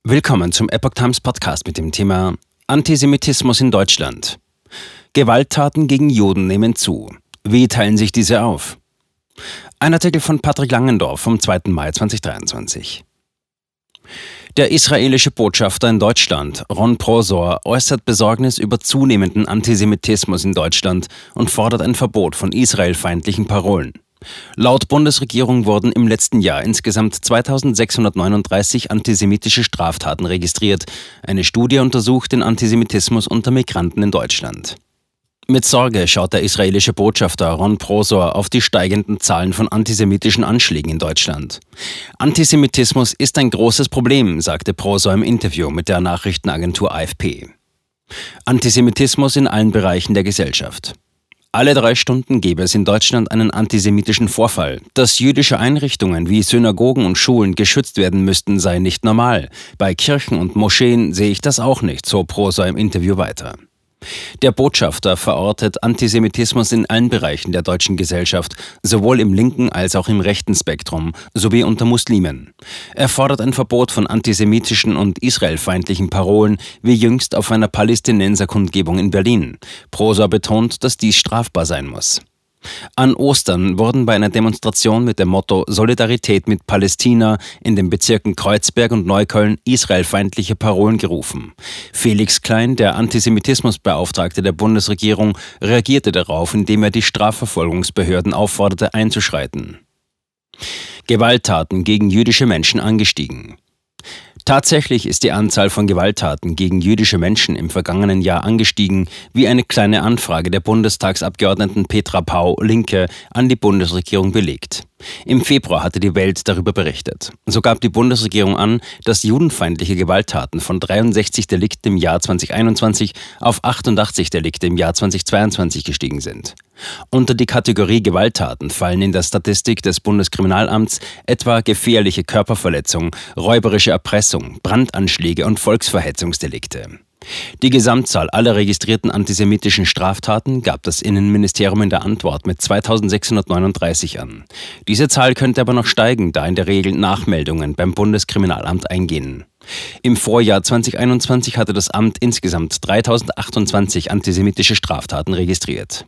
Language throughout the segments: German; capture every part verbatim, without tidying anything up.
Willkommen zum Epoch Times Podcast mit dem Thema Antisemitismus in Deutschland. Gewalttaten gegen Juden nehmen zu. Wie teilen sich diese auf? Ein Artikel von Patrick Langendorf vom zweiten Mai zweitausenddreiundzwanzig. Der israelische Botschafter in Deutschland, Ron Prosor, äußert Besorgnis über zunehmenden Antisemitismus in Deutschland und fordert ein Verbot von israelfeindlichen Parolen. Laut Bundesregierung wurden im letzten Jahr insgesamt zweitausendsechshundertneununddreißig antisemitische Straftaten registriert. Eine Studie untersucht den Antisemitismus unter Migranten in Deutschland. Mit Sorge schaut der israelische Botschafter Ron Prosor auf die steigenden Zahlen von antisemitischen Anschlägen in Deutschland. Antisemitismus ist ein großes Problem, sagte Prosor im Interview mit der Nachrichtenagentur A F P. Antisemitismus in allen Bereichen der Gesellschaft. Alle drei Stunden gäbe es in Deutschland einen antisemitischen Vorfall. Dass jüdische Einrichtungen wie Synagogen und Schulen geschützt werden müssten, sei nicht normal. Bei Kirchen und Moscheen sehe ich das auch nicht, so Prosor im Interview weiter. Der Botschafter verortet Antisemitismus in allen Bereichen der deutschen Gesellschaft, sowohl im linken als auch im rechten Spektrum, sowie unter Muslimen. Er fordert ein Verbot von antisemitischen und israelfeindlichen Parolen, wie jüngst auf einer Palästinenserkundgebung in Berlin. Prosor betont, dass dies strafbar sein muss. An Ostern wurden bei einer Demonstration mit dem Motto Solidarität mit Palästina in den Bezirken Kreuzberg und Neukölln israelfeindliche Parolen gerufen. Felix Klein, der Antisemitismusbeauftragte der Bundesregierung, reagierte darauf, indem er die Strafverfolgungsbehörden aufforderte, einzuschreiten. Gewalttaten gegen jüdische Menschen angestiegen. Tatsächlich ist die Anzahl von Gewalttaten gegen jüdische Menschen im vergangenen Jahr angestiegen, wie eine kleine Anfrage der Bundestagsabgeordneten Petra Pau, Linke, an die Bundesregierung belegt. Im Februar hatte die Welt darüber berichtet. So gab die Bundesregierung an, dass judenfeindliche Gewalttaten von dreiundsechzig Delikten im Jahr zweitausendeinundzwanzig auf achtundachtzig Delikte im Jahr zweitausendzweiundzwanzig gestiegen sind. Unter die Kategorie Gewalttaten fallen in der Statistik des Bundeskriminalamts etwa gefährliche Körperverletzung, räuberische Erpressung, Brandanschläge und Volksverhetzungsdelikte. Die Gesamtzahl aller registrierten antisemitischen Straftaten gab das Innenministerium in der Antwort mit zweitausendsechshundertneununddreißig an. Diese Zahl könnte aber noch steigen, da in der Regel Nachmeldungen beim Bundeskriminalamt eingehen. Im Vorjahr zweitausendeinundzwanzig hatte das Amt insgesamt dreitausendachtundzwanzig antisemitische Straftaten registriert.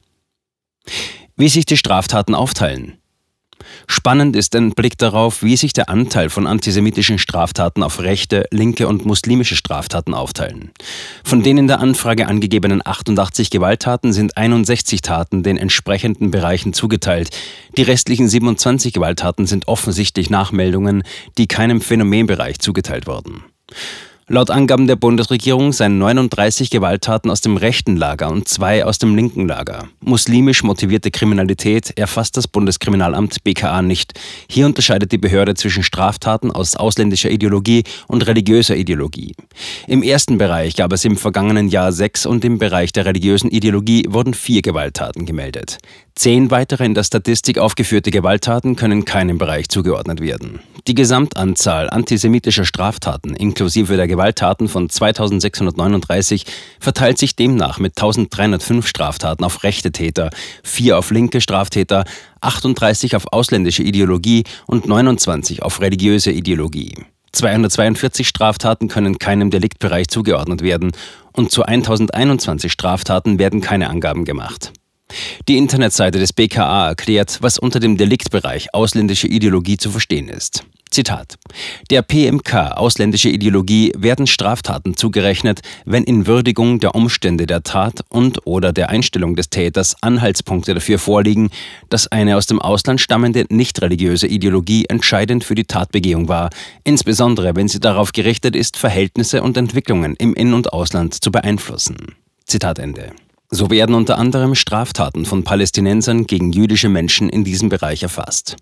Wie sich die Straftaten aufteilen. Spannend ist ein Blick darauf, wie sich der Anteil von antisemitischen Straftaten auf rechte, linke und muslimische Straftaten aufteilen. Von den in der Anfrage angegebenen achtundachtzig Gewalttaten sind einundsechzig Taten den entsprechenden Bereichen zugeteilt. Die restlichen siebenundzwanzig Gewalttaten sind offensichtlich Nachmeldungen, die keinem Phänomenbereich zugeteilt wurden. Laut Angaben der Bundesregierung seien neununddreißig Gewalttaten aus dem rechten Lager und zwei aus dem linken Lager. Muslimisch motivierte Kriminalität erfasst das Bundeskriminalamt B K A nicht. Hier unterscheidet die Behörde zwischen Straftaten aus ausländischer Ideologie und religiöser Ideologie. Im ersten Bereich gab es im vergangenen Jahr sechs und im Bereich der religiösen Ideologie wurden vier Gewalttaten gemeldet. Zehn weitere in der Statistik aufgeführte Gewalttaten können keinem Bereich zugeordnet werden. Die Gesamtanzahl antisemitischer Straftaten inklusive der Gewalttaten von zweitausendsechshundertneununddreißig verteilt sich demnach mit eintausenddreihundertfünf Straftaten auf rechte Täter, vier auf linke Straftäter, achtunddreißig auf ausländische Ideologie und neunundzwanzig auf religiöse Ideologie. zweihundertzweiundvierzig Straftaten können keinem Deliktbereich zugeordnet werden und zu eintausendeinundzwanzig Straftaten werden keine Angaben gemacht. Die Internetseite des B K A erklärt, was unter dem Deliktbereich ausländische Ideologie zu verstehen ist. Zitat: Der P M K ausländische Ideologie werden Straftaten zugerechnet, wenn in Würdigung der Umstände der Tat und oder der Einstellung des Täters Anhaltspunkte dafür vorliegen, dass eine aus dem Ausland stammende nicht-religiöse Ideologie entscheidend für die Tatbegehung war, insbesondere wenn sie darauf gerichtet ist, Verhältnisse und Entwicklungen im In- und Ausland zu beeinflussen. Zitat Ende. So werden unter anderem Straftaten von Palästinensern gegen jüdische Menschen in diesem Bereich erfasst.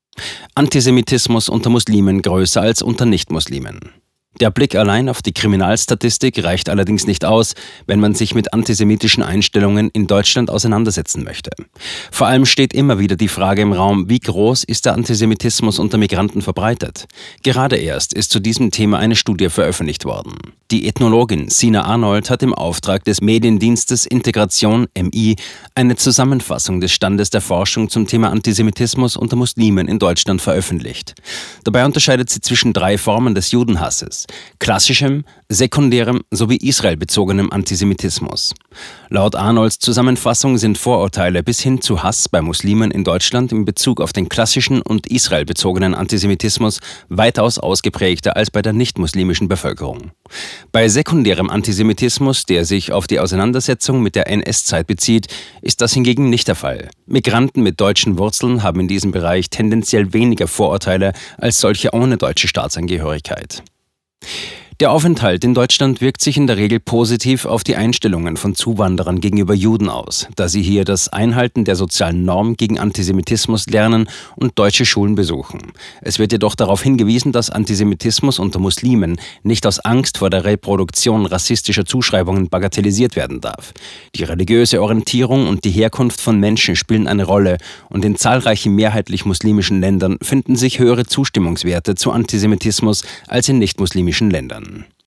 Antisemitismus unter Muslimen größer als unter Nichtmuslimen. Der Blick allein auf die Kriminalstatistik reicht allerdings nicht aus, wenn man sich mit antisemitischen Einstellungen in Deutschland auseinandersetzen möchte. Vor allem steht immer wieder die Frage im Raum, wie groß ist der Antisemitismus unter Migranten verbreitet? Gerade erst ist zu diesem Thema eine Studie veröffentlicht worden. Die Ethnologin Sina Arnold hat im Auftrag des Mediendienstes Integration M I eine Zusammenfassung des Standes der Forschung zum Thema Antisemitismus unter Muslimen in Deutschland veröffentlicht. Dabei unterscheidet sie zwischen drei Formen des Judenhasses: klassischem, sekundärem sowie israelbezogenem Antisemitismus. Laut Arnolds Zusammenfassung sind Vorurteile bis hin zu Hass bei Muslimen in Deutschland in Bezug auf den klassischen und israelbezogenen Antisemitismus weitaus ausgeprägter als bei der nicht-muslimischen Bevölkerung. Bei sekundärem Antisemitismus, der sich auf die Auseinandersetzung mit der N S-Zeit bezieht, ist das hingegen nicht der Fall. Migranten mit deutschen Wurzeln haben in diesem Bereich tendenziell weniger Vorurteile als solche ohne deutsche Staatsangehörigkeit. Der Aufenthalt in Deutschland wirkt sich in der Regel positiv auf die Einstellungen von Zuwanderern gegenüber Juden aus, da sie hier das Einhalten der sozialen Norm gegen Antisemitismus lernen und deutsche Schulen besuchen. Es wird jedoch darauf hingewiesen, dass Antisemitismus unter Muslimen nicht aus Angst vor der Reproduktion rassistischer Zuschreibungen bagatellisiert werden darf. Die religiöse Orientierung und die Herkunft von Menschen spielen eine Rolle, und in zahlreichen mehrheitlich muslimischen Ländern finden sich höhere Zustimmungswerte zu Antisemitismus als in nicht-muslimischen Ländern.